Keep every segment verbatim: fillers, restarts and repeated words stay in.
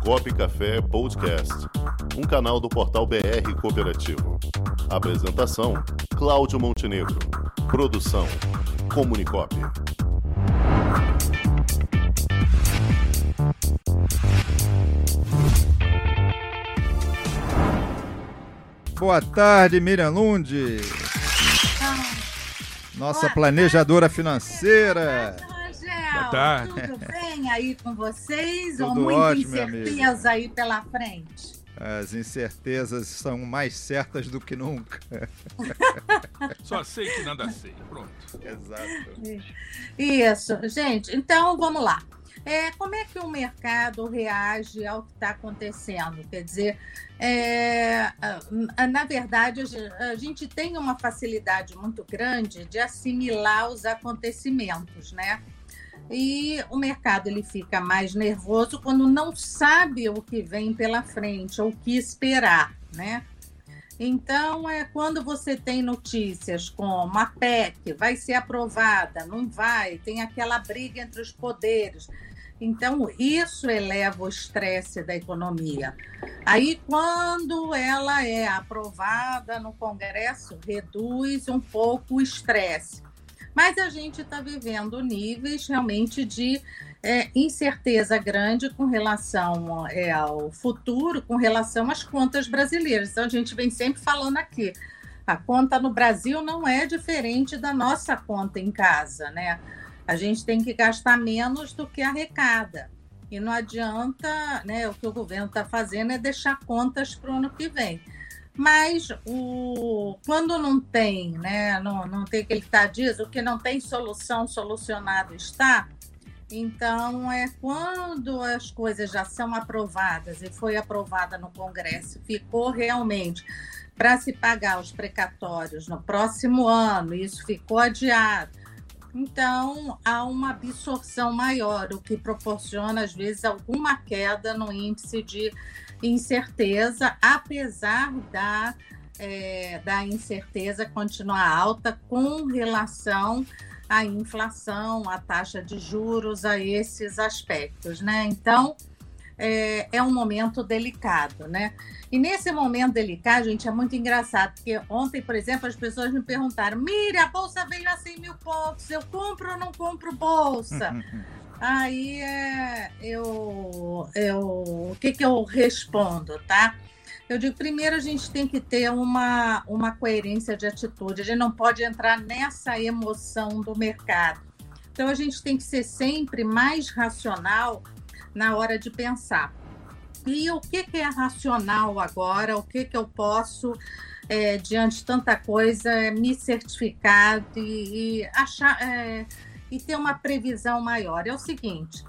Comunicop Café Podcast, um canal do portal B R Cooperativo. Apresentação, Cláudio Montenegro. Produção, Comunicop. Boa tarde, Miriam Lund, nossa Boa planejadora tarde. financeira. Boa tarde, Rangel. Tudo bem aí com vocês? Tudo ou muita ótimo, incerteza aí pela frente? As incertezas são mais certas do que nunca. Só sei que nada sei. Pronto. Exato. Isso, gente. Então, vamos lá. É, como é que o mercado reage ao que está acontecendo? Quer dizer, é, na verdade, a gente tem uma facilidade muito grande de assimilar os acontecimentos, né? E o mercado ele fica mais nervoso quando não sabe o que vem pela frente, ou o que esperar, né? Então, é quando você tem notícias como a P E C vai ser aprovada, não vai, tem aquela briga entre os poderes. Então, isso eleva o estresse da economia. Aí, quando ela é aprovada no Congresso, reduz um pouco o estresse. Mas a gente está vivendo níveis realmente de é, incerteza grande com relação é, ao futuro, com relação às contas brasileiras. Então, a gente vem sempre falando aqui, a conta no Brasil não é diferente da nossa conta em casa, né? A gente tem que gastar menos do que arrecada. E não adianta, né? O que o governo está fazendo é deixar contas para o ano que vem. Mas o, quando não tem, né? Não, não tem aquele tá diz, o que não tem solução, solucionado está. Então, é quando as coisas já são aprovadas e foi aprovada no Congresso, ficou realmente para se pagar os precatórios no próximo ano, isso ficou adiado. Então, há uma absorção maior, o que proporciona, às vezes, alguma queda no índice de incerteza, apesar da, é, da incerteza continuar alta com relação à inflação, à taxa de juros, a esses aspectos, né? Então, é, é um momento delicado, né? E nesse momento delicado, gente, é muito engraçado, porque ontem, por exemplo, as pessoas me perguntaram: Miriam, a bolsa veio a cem mil pontos, eu compro ou não compro bolsa? Aí é, eu, eu, o que, que eu respondo, tá? Eu digo, primeiro a gente tem que ter uma, uma coerência de atitude, a gente não pode entrar nessa emoção do mercado. Então a gente tem que ser sempre mais racional na hora de pensar. E o que, que é racional agora? O que, que eu posso, é, diante de tanta coisa, me certificar e, e achar é, e ter uma previsão maior? É o seguinte: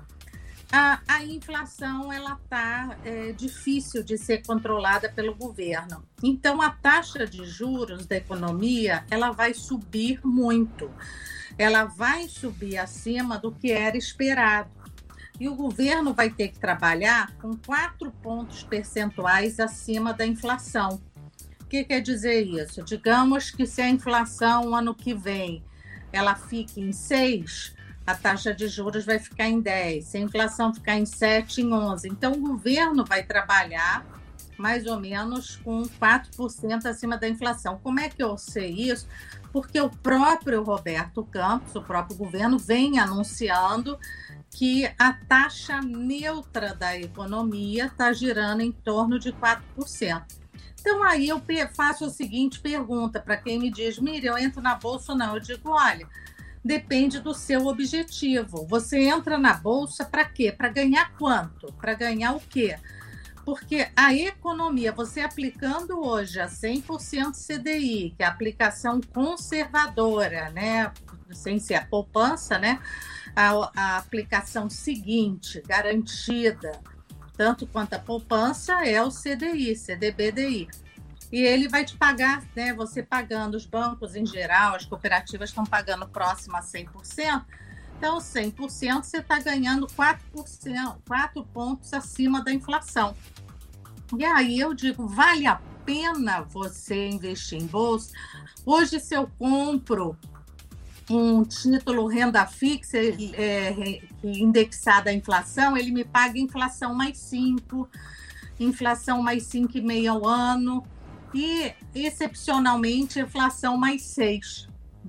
a, a inflação ela está é, difícil de ser controlada pelo governo. Então, a taxa de juros da economia ela vai subir muito. Ela vai subir acima do que era esperado. E o governo vai ter que trabalhar com quatro pontos percentuais acima da inflação. O que quer dizer isso? Digamos que se a inflação ano que vem ela fique em seis, a taxa de juros vai ficar em dez. Se a inflação ficar em sete, em onze. Então, o governo vai trabalhar mais ou menos com quatro por cento acima da inflação. Como é que eu sei isso? Porque o próprio Roberto Campos, o próprio governo, vem anunciando que a taxa neutra da economia está girando em torno de quatro por cento. Então, aí eu faço a seguinte pergunta para quem me diz: Miriam, eu entro na bolsa ou não? Eu digo, olha, depende do seu objetivo. Você entra na bolsa para quê? Para ganhar quanto? Para ganhar o quê? Porque a economia, você aplicando hoje a cem por cento C D I, que é a aplicação conservadora, né? Sem ser a poupança, né? A, a aplicação seguinte, garantida, tanto quanto a poupança, é o C D I, C D B D I. E ele vai te pagar, né? Você pagando, os bancos em geral, as cooperativas estão pagando próximo a cem por cento. Então, cem por cento você está ganhando quatro por cento, quatro pontos acima da inflação. E aí eu digo, vale a pena você investir em bolsa? Hoje, se eu compro um título renda fixa é, indexada à inflação, ele me paga inflação mais cinco, inflação mais cinco vírgula cinco ao ano e, excepcionalmente, inflação mais seis.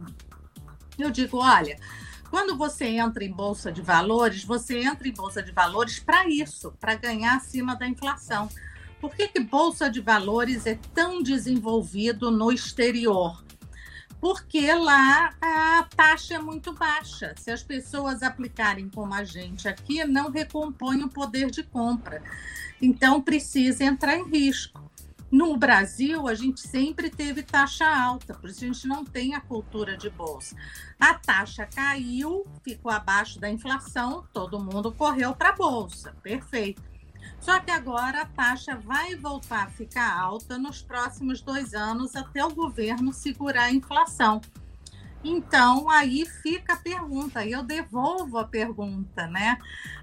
Eu digo, olha, quando você entra em Bolsa de Valores, você entra em Bolsa de Valores para isso, para ganhar acima da inflação. Por que que Bolsa de Valores é tão desenvolvido no exterior? Porque lá a taxa é muito baixa. Se as pessoas aplicarem como a gente aqui, não recompõe o poder de compra. Então, precisa entrar em risco. No Brasil, a gente sempre teve taxa alta, por isso a gente não tem a cultura de bolsa. A taxa caiu, ficou abaixo da inflação, todo mundo correu para a bolsa, perfeito. Só que agora a taxa vai voltar a ficar alta nos próximos dois anos até o governo segurar a inflação. Então, aí fica a pergunta, e eu devolvo a pergunta, né?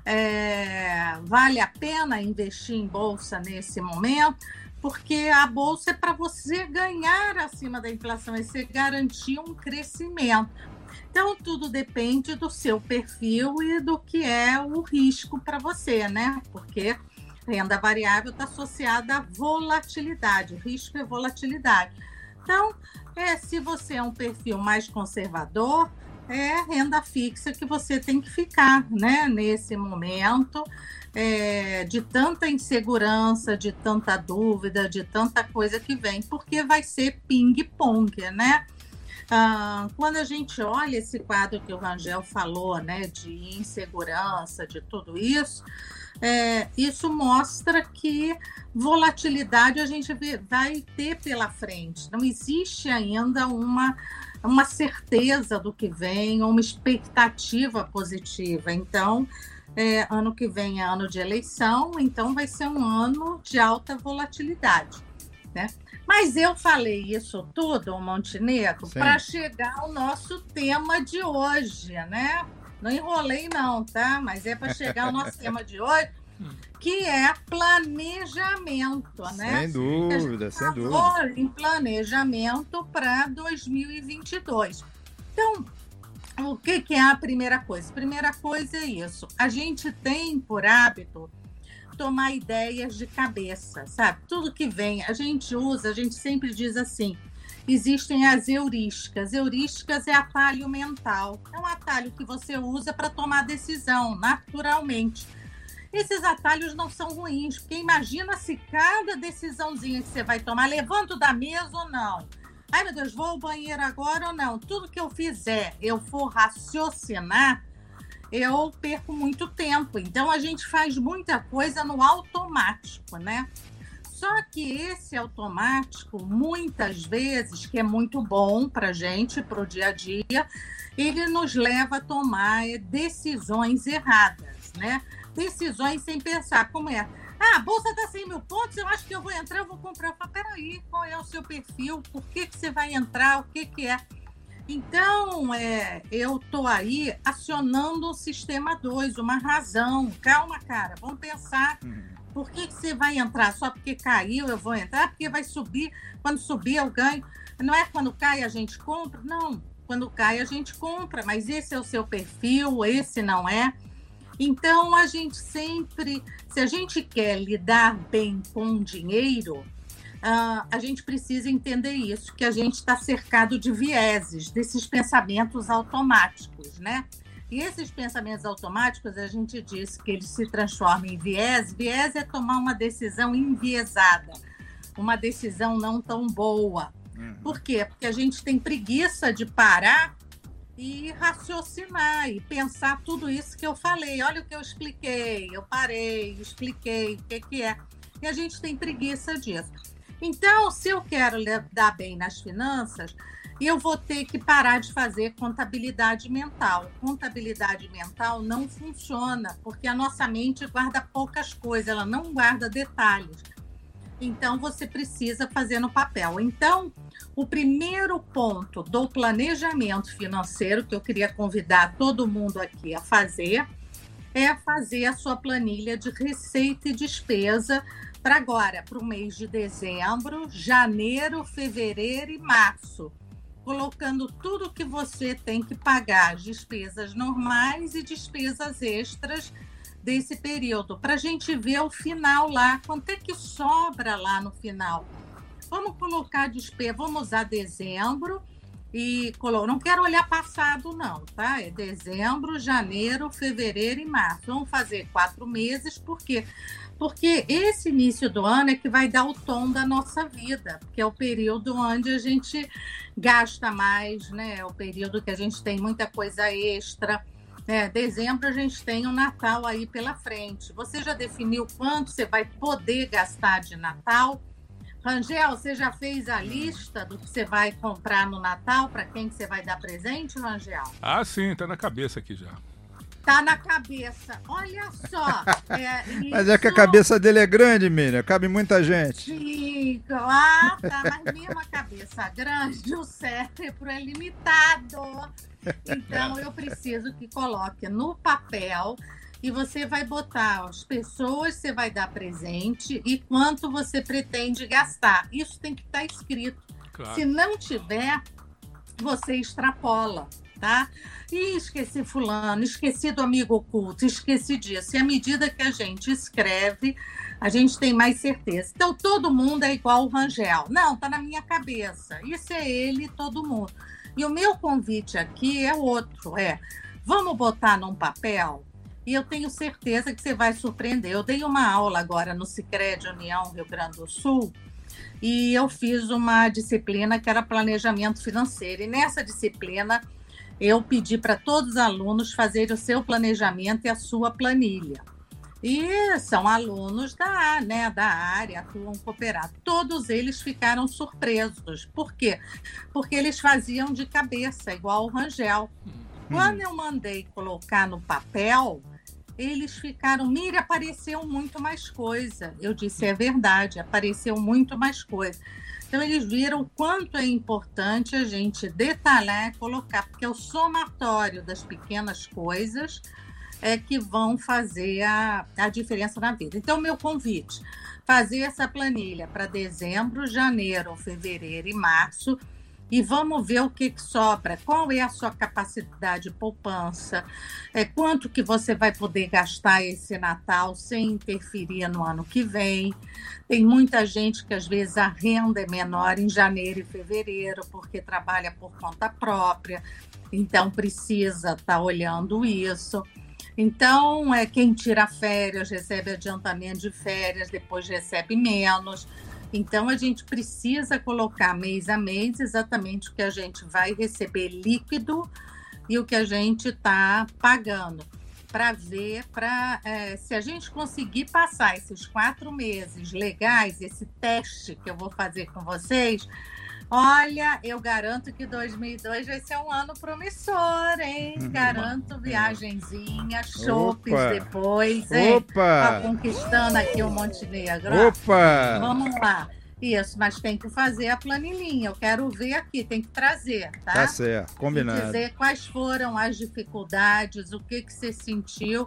É, vale a pena investir em bolsa nesse momento? Porque a bolsa é para você ganhar acima da inflação, é você garantir um crescimento. Então, tudo depende do seu perfil e do que é o risco para você, né? Porque renda variável está associada à volatilidade, o risco é volatilidade. Então, é, se você é um perfil mais conservador, é renda fixa que você tem que ficar, né? Nesse momento é, de tanta insegurança, de tanta dúvida, de tanta coisa que vem, porque vai ser ping-pong, né? Ah, quando a gente olha esse quadro que o Rangel falou, né, de insegurança, de tudo isso, é, isso mostra que volatilidade a gente vai ter pela frente. Não existe ainda uma, uma certeza do que vem, uma expectativa positiva. Então, é, ano que vem é ano de eleição, então vai ser um ano de alta volatilidade, né? Mas eu falei isso tudo, Montenegro, para chegar ao nosso tema de hoje, né? Não enrolei não, tá? Mas é para chegar ao nosso tema de hoje, que é planejamento, né? Sem dúvida, sem dúvida. Em planejamento para dois mil e vinte e dois. Então, o que, que é a primeira coisa? Primeira coisa é isso. A gente tem por hábito tomar ideias de cabeça, sabe? Tudo que vem, a gente usa, a gente sempre diz assim, existem as heurísticas. Heurísticas é atalho mental. É um atalho que você usa para tomar decisão, naturalmente. Esses atalhos não são ruins, porque imagina se cada decisãozinha que você vai tomar, levanto da mesa ou não. Ai, meu Deus, vou ao banheiro agora ou não. Tudo que eu fizer, eu for raciocinar, eu perco muito tempo. Então, a gente faz muita coisa no automático, né? Só que esse automático, muitas vezes, que é muito bom para a gente, para o dia a dia, ele nos leva a tomar decisões erradas, né? Decisões sem pensar, como é? Ah, a bolsa está cem mil pontos, eu acho que eu vou entrar, eu vou comprar. Fala, peraí, qual é o seu perfil? Por que, que você vai entrar? O que, que é? Então, é, eu estou aí acionando o sistema dois, uma razão. Calma, cara, vamos pensar. Por que, que você vai entrar? Só porque caiu eu vou entrar? Porque vai subir. Quando subir eu ganho. Não é quando cai a gente compra? Não, quando cai a gente compra. Mas esse é o seu perfil, esse não é. Então, a gente sempre... Se a gente quer lidar bem com dinheiro... Uh, a gente precisa entender isso, que a gente está cercado de vieses, desses pensamentos automáticos, né? E esses pensamentos automáticos, a gente diz que eles se transformam em viés. Viés é tomar uma decisão enviesada, uma decisão não tão boa. Uhum. Por quê? Porque a gente tem preguiça de parar e raciocinar e pensar tudo isso que eu falei. Olha o que eu expliquei, eu parei, expliquei o que, que é. E a gente tem preguiça disso. Então, se eu quero lidar bem nas finanças, eu vou ter que parar de fazer contabilidade mental. Contabilidade mental não funciona, porque a nossa mente guarda poucas coisas, ela não guarda detalhes. Então, você precisa fazer no papel. Então, o primeiro ponto do planejamento financeiro, que eu queria convidar todo mundo aqui a fazer, é fazer a sua planilha de receita e despesa para agora, para o mês de dezembro, janeiro, fevereiro e março. colocando tudo que você tem que pagar, despesas normais e despesas extras desse período, para a gente ver o final lá, quanto é que sobra lá no final. Vamos colocar despesa, vamos usar dezembro e colo... não quero olhar passado não, tá? É dezembro, janeiro, fevereiro e março. Vamos fazer quatro meses, por quê? Porque esse início do ano é que vai dar o tom da nossa vida, porque é o período onde a gente gasta mais, né? É o período que a gente tem muita coisa extra. É, dezembro a gente tem o Natal aí pela frente. Você já definiu quanto você vai poder gastar de Natal? Rangel, você já fez a lista do que você vai comprar no Natal? Para quem que você vai dar presente, Rangel? Ah, sim, tá na cabeça aqui já. Tá na cabeça. Olha só. É, Mas é que a cabeça dele é grande, Miriam. Cabe muita gente. Sim, ah, tá. Mas mesmo a cabeça grande, o cérebro é limitado. Então, eu preciso que coloque no papel e você vai botar as pessoas que você vai dar presente e quanto você pretende gastar. Isso tem que estar escrito. Claro. Se não tiver, você extrapola, tá? E esqueci fulano, esqueci do amigo oculto, esqueci disso. E à medida que a gente escreve, a gente tem mais certeza. Então, todo mundo é igual o Rangel. Não, tá na minha cabeça. Isso é ele, todo mundo. E o meu convite aqui é outro, é, vamos botar num papel? E eu tenho certeza que você vai surpreender. Eu dei uma aula agora no Sicredi União Rio Grande do Sul e eu fiz uma disciplina que era planejamento financeiro. E nessa disciplina eu pedi para todos os alunos fazerem o seu planejamento e a sua planilha. E são alunos da, né, da área, atuam cooperado. Todos eles ficaram surpresos. Por quê? Porque eles faziam de cabeça, igual o Rangel. Quando eu mandei colocar no papel, eles ficaram... Mira, apareceu muito mais coisa. Eu disse, é verdade, apareceu muito mais coisa. Então, eles viram o quanto é importante a gente detalhar e colocar, porque é o somatório das pequenas coisas é que vão fazer a, a diferença na vida. Então, meu convite, fazer essa planilha para dezembro, janeiro, fevereiro e março, e vamos ver o que, que sobra, qual é a sua capacidade de poupança, é, quanto que você vai poder gastar esse Natal sem interferir no ano que vem. Tem muita gente que às vezes a renda é menor em janeiro e fevereiro, porque trabalha por conta própria, então precisa estar olhando isso. Então, é, quem tira férias recebe adiantamento de férias, depois recebe menos. Então, a gente precisa colocar mês a mês exatamente o que a gente vai receber líquido e o que a gente está pagando, para ver, para é, se a gente conseguir passar esses quatro meses legais, esse teste que eu vou fazer com vocês. Olha, eu garanto que dois mil e dois vai ser um ano promissor, hein? Garanto viagenzinha, chopes depois, hein? Opa! Tá conquistando aqui o Montenegro. Opa! Vamos lá. Isso, mas tem que fazer a planilhinha. Eu quero ver aqui, tem que trazer, tá? Tá certo, combinado. E dizer quais foram as dificuldades, o que, que você sentiu.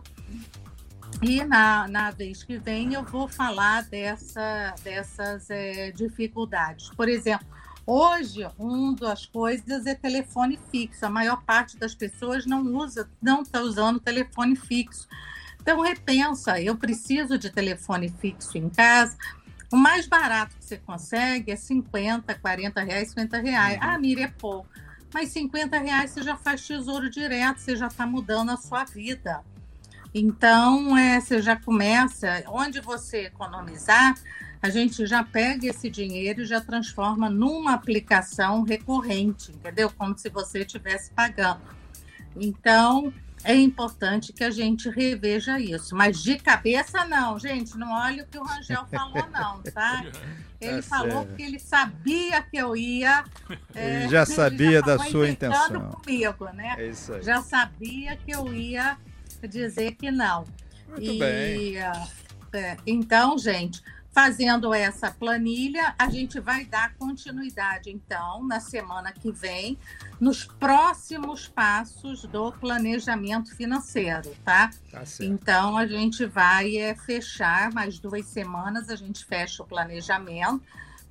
E na, na vez que vem eu vou falar dessa, dessas é, dificuldades. Por exemplo, hoje, uma das coisas é telefone fixo. A maior parte das pessoas não usa, não está usando telefone fixo. Então, repensa, eu preciso de telefone fixo em casa. O mais barato que você consegue é cinquenta, quarenta reais, cinquenta reais. Ah, Miriam, é pouco. Mas cinquenta reais você já faz tesouro direto, você já está mudando a sua vida. Então, é, você já começa, onde você economizar, a gente já pega esse dinheiro e já transforma numa aplicação recorrente, entendeu? Como se você estivesse pagando. Então, é importante que a gente reveja isso. Mas de cabeça, não, gente, não olha o que o Rangel falou, não, tá? Ele é falou sério. Que ele sabia que eu ia... É, ele já sabia ele já da sua intenção. Comigo, né? É isso aí. Já sabia que eu ia dizer que não. Muito e, bem. É, então, gente... Fazendo essa planilha, a gente vai dar continuidade, então, na semana que vem, nos próximos passos do planejamento financeiro, tá? Tá certo. Então, a gente vai é, fechar mais duas semanas, a gente fecha o planejamento,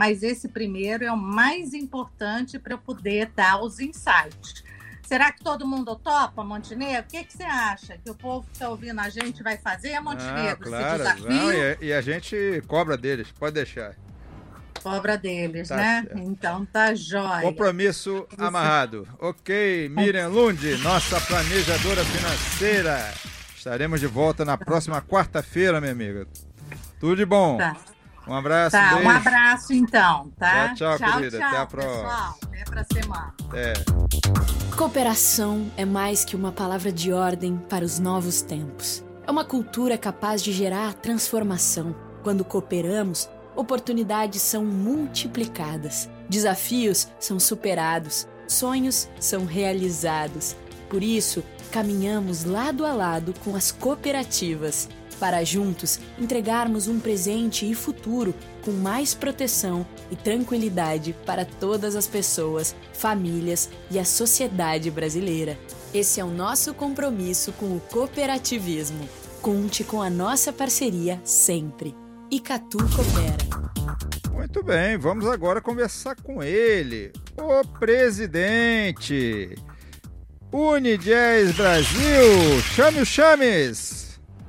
mas esse primeiro é o mais importante para eu poder dar os insights. Será que todo mundo topa, Montenegro? O que, que você acha? Que o povo que está ouvindo a gente vai fazer, Montenegro? Ah, claro, esse desafio? não, e, e a gente cobra deles, pode deixar. Cobra deles, Tá né? certo. Então tá jóia. Compromisso Você- amarrado. Ok, Miriam Lund, nossa planejadora financeira. Estaremos de volta na próxima quarta-feira, minha amiga. Tudo de bom. Tá, Um abraço, tá, beijo. um abraço então, tá? Tchau, tchau, querida. tchau, Até a próxima. pessoal. Até pra semana. É. Cooperação é mais que uma palavra de ordem para os novos tempos. É uma cultura capaz de gerar transformação. Quando cooperamos, oportunidades são multiplicadas, desafios são superados, sonhos são realizados. Por isso, caminhamos lado a lado com as cooperativas, para juntos entregarmos um presente e futuro com mais proteção e tranquilidade para todas as pessoas, famílias e a sociedade brasileira. Esse é o nosso compromisso com o cooperativismo. Conte com a nossa parceria sempre. Icatu Coopera. Muito bem, vamos agora conversar com ele, o presidente. Unijazz Brasil, chame o Chames.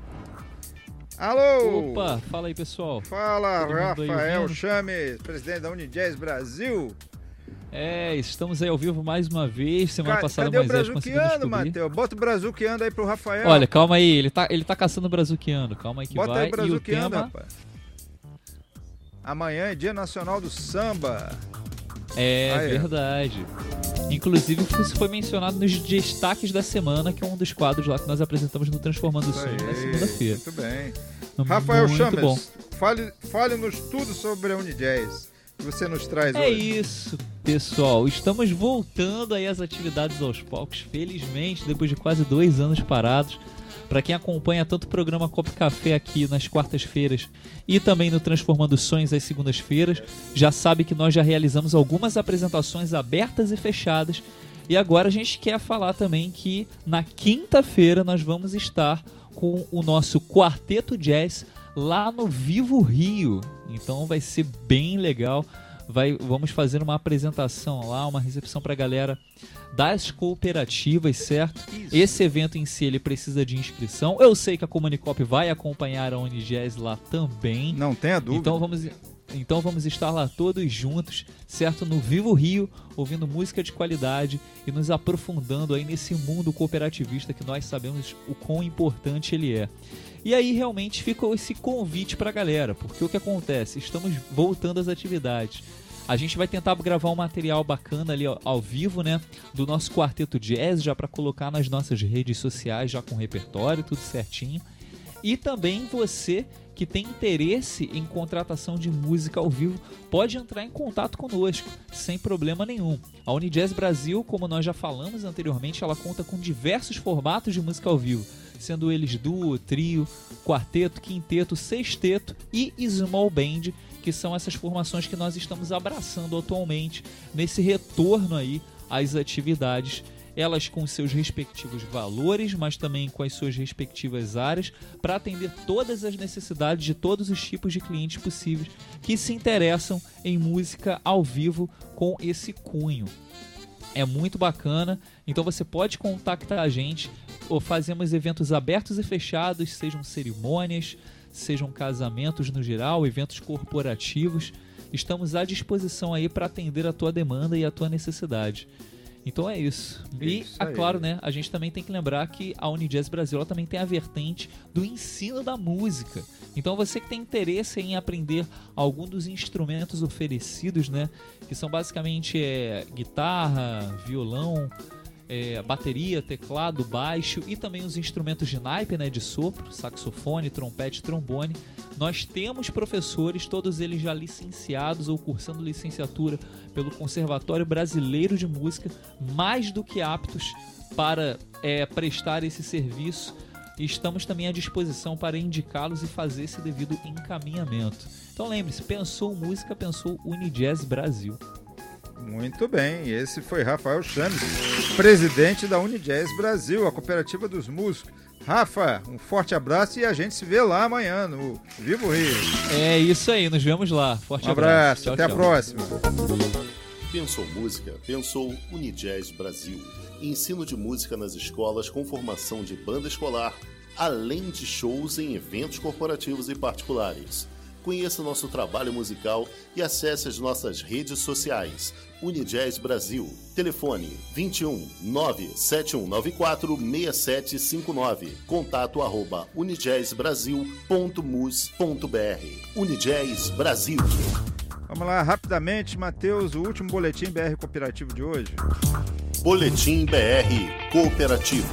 Alô. Opa, fala aí, pessoal. Fala, Todo mundo aí Rafael ouvindo? Chames, presidente da Unijazz Brasil. É, estamos aí ao vivo mais uma vez. Semana Ca- passada o Cadê o Moisés conseguiu Brazuquiano, descobrir. Matheus? Bota o Brazuquiano aí pro Rafael. Olha, calma aí, ele tá, ele tá caçando o Brazuquiano. Calma aí que Bota vai. aí o E o Brazuquiano, tema rapaz. Amanhã é Dia Nacional do Samba. é Ah, é. verdade. Inclusive, isso foi mencionado nos destaques da semana, que é um dos quadros lá que nós apresentamos no Transformando Isso Sonhos na aí, segunda-feira. Muito bem. Rafael Muito Chames, bom. fale, fale-nos tudo sobre a Unijazz que você nos traz É hoje. isso, pessoal. Estamos voltando aí às atividades aos palcos, felizmente, depois de quase dois anos parados. Para quem acompanha tanto o programa Copo Café aqui nas quartas-feiras e também no Transformando Sonhos às segundas-feiras, já sabe que nós já realizamos algumas apresentações abertas e fechadas. E agora a gente quer falar também que na quinta-feira nós vamos estar com o nosso Quarteto Jazz lá no Vivo Rio. Então vai ser bem legal. Vai, vamos fazer uma apresentação lá, uma recepção para a galera das cooperativas, certo? Isso. Esse evento em si ele precisa de inscrição. Eu sei que a Comunicop vai acompanhar a Unijazz lá também. Não tenha dúvida. Então vamos, então vamos estar lá todos juntos, certo? No Vivo Rio, ouvindo música de qualidade e nos aprofundando aí nesse mundo cooperativista que nós sabemos o quão importante ele é. E aí realmente fica esse convite pra galera, porque o que acontece? Estamos voltando às atividades. A gente vai tentar gravar um material bacana ali ao, ao vivo, né? Do nosso Quarteto Jazz, já para colocar nas nossas redes sociais, já com repertório, tudo certinho. E também você que tem interesse em contratação de música ao vivo, pode entrar em contato conosco, sem problema nenhum. A Unijazz Brasil, como nós já falamos anteriormente, ela conta com diversos formatos de música ao vivo, sendo eles duo, trio, quarteto, quinteto, sexteto e small band, que são essas formações que nós estamos abraçando atualmente nesse retorno aí às atividades, elas com seus respectivos valores, mas também com as suas respectivas áreas, para atender todas as necessidades de todos os tipos de clientes possíveis que se interessam em música ao vivo com esse cunho. É muito bacana, então você pode contactar a gente, ou fazemos eventos abertos e fechados, sejam cerimônias, sejam casamentos no geral, eventos corporativos. Estamos à disposição aí para atender a tua demanda e a tua necessidade. Então é isso. E, Isso é aí. claro, né, a gente também tem que lembrar que a Unijazz Brasil ela também tem a vertente do ensino da música. Então você que tem interesse em aprender algum dos instrumentos oferecidos, né, que são basicamente é, guitarra, violão, é, bateria, teclado, baixo e também os instrumentos de naipe, né, de sopro, saxofone, trompete, trombone. Nós temos professores, todos eles já licenciados ou cursando licenciatura pelo Conservatório Brasileiro de Música, mais do que aptos para é, prestar esse serviço. E estamos também à disposição para indicá-los e fazer esse devido encaminhamento. Então lembre-se, pensou música, pensou Unijazz Brasil. Muito bem, esse foi Rafael Chames, presidente da Unijazz Brasil, a cooperativa dos músicos. Rafa, um forte abraço e a gente se vê lá amanhã no Vivo Rio. É isso aí, nos vemos lá. Forte um abraço, abraço. Tchau, até tchau. a próxima. Pensou música? Pensou Unijazz Brasil. Ensino de música nas escolas com formação de banda escolar, além de shows em eventos corporativos e particulares. Conheça nosso trabalho musical e acesse as nossas redes sociais. Unijazz Brasil. Telefone vinte e um, nove sete um nove quatro, seis sete cinco nove. Contato arroba unijazz brasil ponto mus ponto br. Unijazz Brasil. Vamos lá, rapidamente, Matheus, o último boletim B R Cooperativo de hoje. Boletim B R Cooperativo.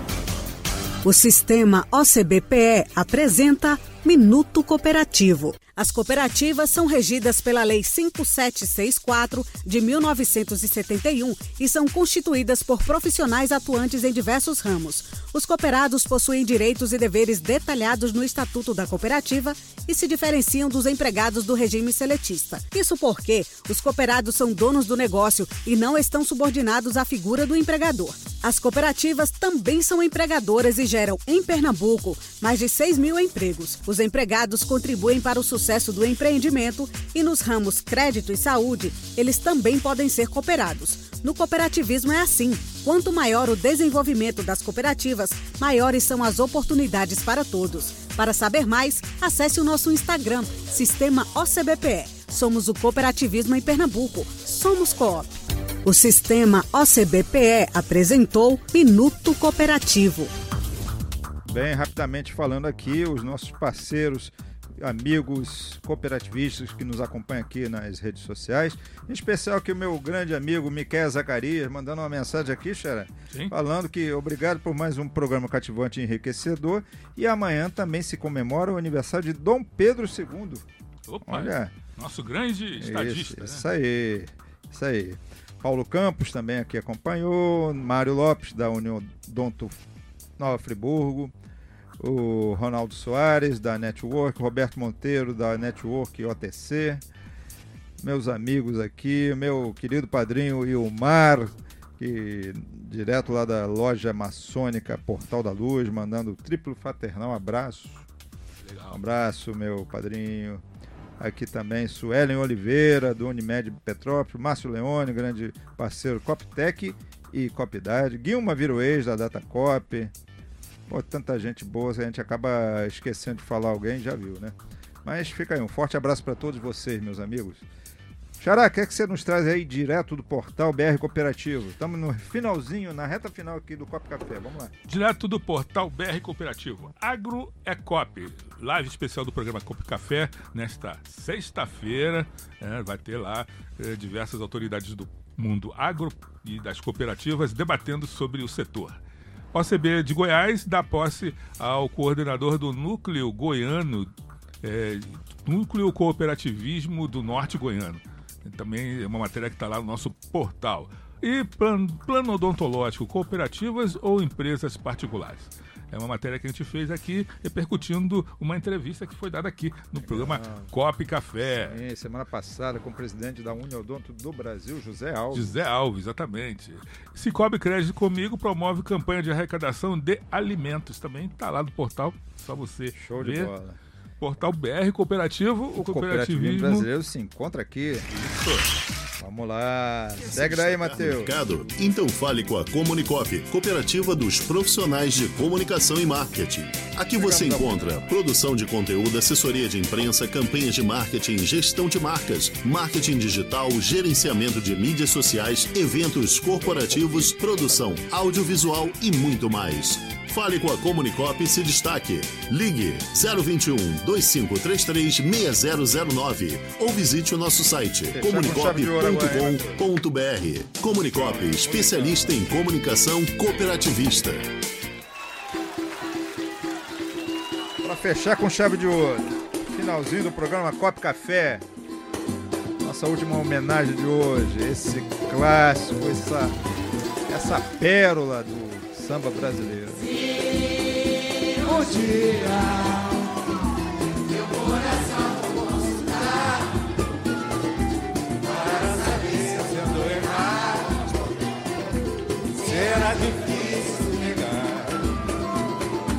O sistema O C B P E apresenta Minuto Cooperativo. As cooperativas são regidas pela Lei cinco sete seis quatro de mil novecentos e setenta e um e são constituídas por profissionais atuantes em diversos ramos. Os cooperados possuem direitos e deveres detalhados no Estatuto da Cooperativa e se diferenciam dos empregados do regime seletista. Isso porque os cooperados são donos do negócio e não estão subordinados à figura do empregador. As cooperativas também são empregadoras e geram, em Pernambuco, mais de seis mil empregos. Os empregados contribuem para o sucesso do empreendimento e nos ramos crédito e saúde, eles também podem ser cooperados. No cooperativismo é assim. Quanto maior o desenvolvimento das cooperativas, maiores são as oportunidades para todos. Para saber mais, acesse o nosso Instagram, Sistema O C B P E. Somos o cooperativismo em Pernambuco. Somos Coop. O Sistema O C B P E apresentou Minuto Cooperativo. Bem, rapidamente falando aqui, os nossos parceiros, amigos cooperativistas que nos acompanham aqui nas redes sociais, em especial aqui o meu grande amigo Miquel Zacarias, mandando uma mensagem aqui, Xará, falando que obrigado por mais um programa cativante e enriquecedor, e amanhã também se comemora o aniversário de Dom Pedro segundo. Opa, olha, nosso grande estadista. Isso, né? isso aí, isso aí. Paulo Campos também aqui acompanhou, Mário Lopes da União Donto Nova Friburgo, o Ronaldo Soares da Network, Roberto Monteiro da Network O T C, meus amigos aqui, meu querido padrinho Ilmar, que direto lá da loja maçônica Portal da Luz, mandando triplo fraternal abraço. Legal. Um abraço, meu padrinho. Aqui também Suelen Oliveira, do Unimed Petrópolis, Márcio Leone, grande parceiro Coptec e Copidade, Guilma Viroês da Datacop. Pô, tanta gente boa, a gente acaba esquecendo de falar alguém, já viu, né? Mas fica aí, um forte abraço para todos vocês, meus amigos. Xará, o que é que você nos traz aí direto do portal B R Cooperativo? Estamos no finalzinho, na reta final aqui do Cop Café, vamos lá. Direto do portal B R Cooperativo. Agro é Cop. Live especial do programa Cop Café, nesta sexta-feira. É, vai ter lá é, diversas autoridades do mundo agro e das cooperativas debatendo sobre o setor. O O C B de Goiás dá posse ao coordenador do Núcleo Goiano, é, Núcleo Cooperativismo do Norte Goiano. Também é uma matéria que está lá no nosso portal. E plano, plano odontológico, cooperativas ou empresas particulares. É uma matéria que a gente fez aqui, repercutindo uma entrevista que foi dada aqui no programa Cop Café. Sim, semana passada com o presidente da Uniodonto do Brasil, José Alves. José Alves, exatamente. Cicobi Crédito Comigo promove campanha de arrecadação de alimentos. Também está lá no portal, só você Show ver. de bola. Portal B R Cooperativo, o, O cooperativismo cooperativismo brasileiro se encontra aqui. Isso. Vamos lá. Segue daí, Matheus. Mercado? Então fale com a Comunicop, Cooperativa dos Profissionais de Comunicação e Marketing. Aqui você encontra produção de conteúdo, assessoria de imprensa, campanhas de marketing, gestão de marcas, marketing digital, gerenciamento de mídias sociais, eventos corporativos, produção audiovisual e muito mais. Fale com a Comunicop e se destaque. Ligue zero vinte e um, vinte e cinco trinta e três, seis zero zero nove ou visite o nosso site comunicop ponto com ponto b r. Comunicop, especialista em comunicação cooperativista. Para fechar com chave de ouro, finalzinho do programa Cop Café. Nossa última homenagem de hoje, esse clássico, essa, essa pérola do samba brasileiro. Um dia meu coração posso dar para saber se ando errado. Será difícil negar.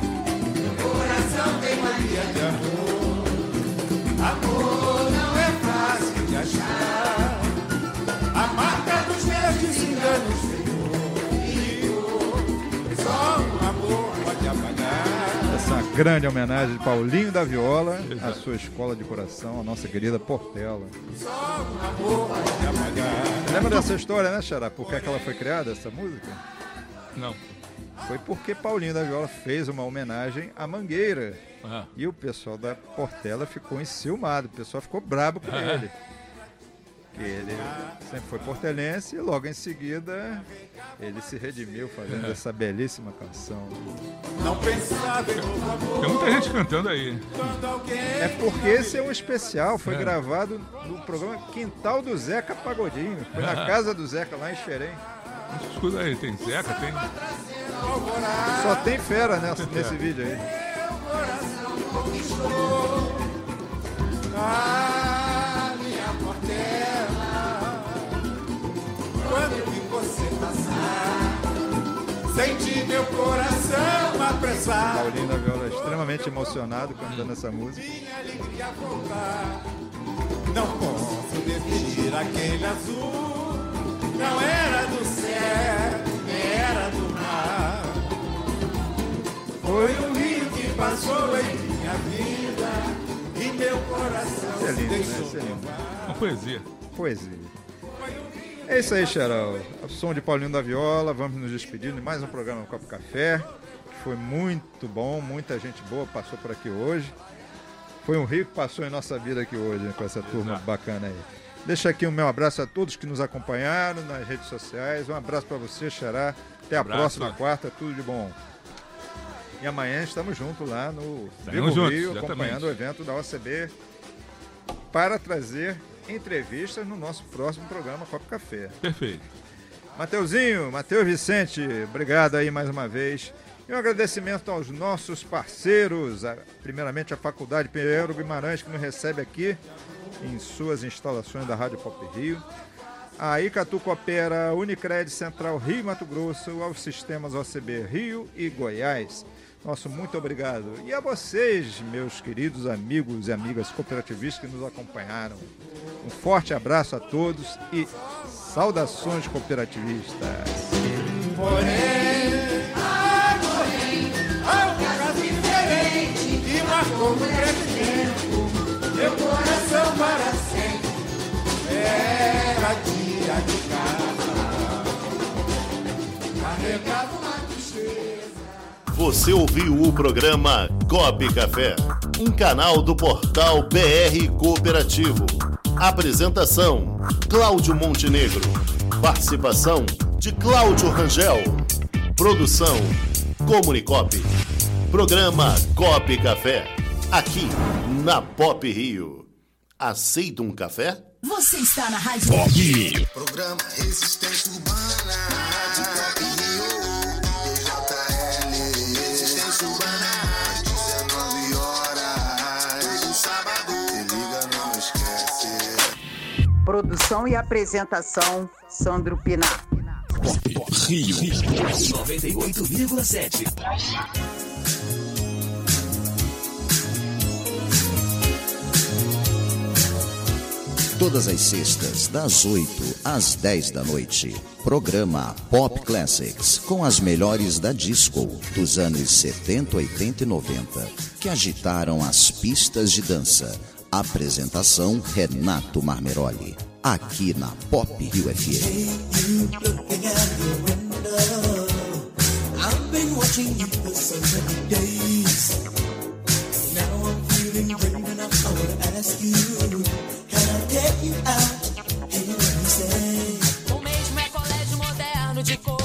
Amor não é fácil de achar. A marca dos meus desenganos, Senhor, só um amor pode apagar. Essa grande homenagem de Paulinho da Viola, à sua escola de coração, a nossa querida Portela. Só um amor pode apagar. Lembra dessa história, né, Xará? Por que, é que ela foi criada, essa música? Não. Foi porque Paulinho da Viola fez uma homenagem à Mangueira. Ah. E o pessoal da Portela ficou enciumado, o pessoal ficou brabo com Ah. ele. Que ele sempre foi portelense e logo em seguida ele se redimiu fazendo É. essa belíssima canção. Não pensava em novo amor. Tem muita gente cantando aí. Quando alguém É porque esse é um especial, foi É. gravado no programa Quintal do Zeca Pagodinho. Foi na casa do Zeca, lá em Xerém. Escuta aí, tem Zeca, tem. Só tem fera nessa, nesse vídeo aí. Ah, minha Portela, quando vi você passar, senti meu coração apressar. Paulinho da Viola é extremamente emocionado cantando essa música. Minha alegria voltar. Não posso definir aquele azul. Não era do céu, nem era do mar. Foi um rio que passou em minha vida e meu coração Isso é lindo, né? deixou Isso é lindo. Uma poesia. Poesia. É isso aí, Xarol. O som de Paulinho da Viola. Vamos nos despedindo de mais um programa Copo Café, que foi muito bom, muita gente boa passou por aqui hoje. Foi um rio que passou em nossa vida aqui hoje, né, com essa turma Exato. bacana aí. Deixa aqui o meu abraço a todos que nos acompanharam nas redes sociais. Um abraço para você, Xará. Até a Abraço. próxima quarta, tudo de bom. E amanhã estamos juntos lá no Estaremos Vivo juntos, Rio, exatamente. acompanhando o evento da O C B para trazer entrevistas no nosso próximo programa Copo Café. Perfeito. Mateuzinho, Mateus Vicente, obrigado aí mais uma vez. E um agradecimento aos nossos parceiros, a, primeiramente a Faculdade Pinheiro Guimarães, que nos recebe aqui em suas instalações da Rádio Pop Rio. A Icatu Coopera, Unicred Central Rio e Mato Grosso, aos sistemas O C B Rio e Goiás. Nosso muito obrigado. E a vocês, meus queridos amigos e amigas cooperativistas que nos acompanharam. Um forte abraço a todos e saudações cooperativistas. Porém, ah, porém, há um caso diferente que marcou um breve tempo meu coração para sempre. Era dia de casa, carregava uma tristeza. Você ouviu o programa Copo Café, um canal do portal B R Cooperativo. Apresentação: Cláudio Montenegro. Participação de Cláudio Rangel. Produção: Comunicop. Programa Copo Café, aqui na Pop Rio. Aceita um café? Você está na Rádio Pop. Programa Resistência Urbana, Rádio Pop Rio, D J L, Resistência Urbana, dezenove horas, todo sábado, se liga, não esquece. Produção e apresentação, Sandro Pinar. Rio noventa e oito vírgula sete. Todas as sextas, das oito às dez da noite. Programa Pop Classics, com as melhores da disco dos anos setenta, oitenta e noventa, que agitaram as pistas de dança. Apresentação: Renato Marmeroli. Aqui na Pop Rio F M. O mesmo é colégio moderno de cor.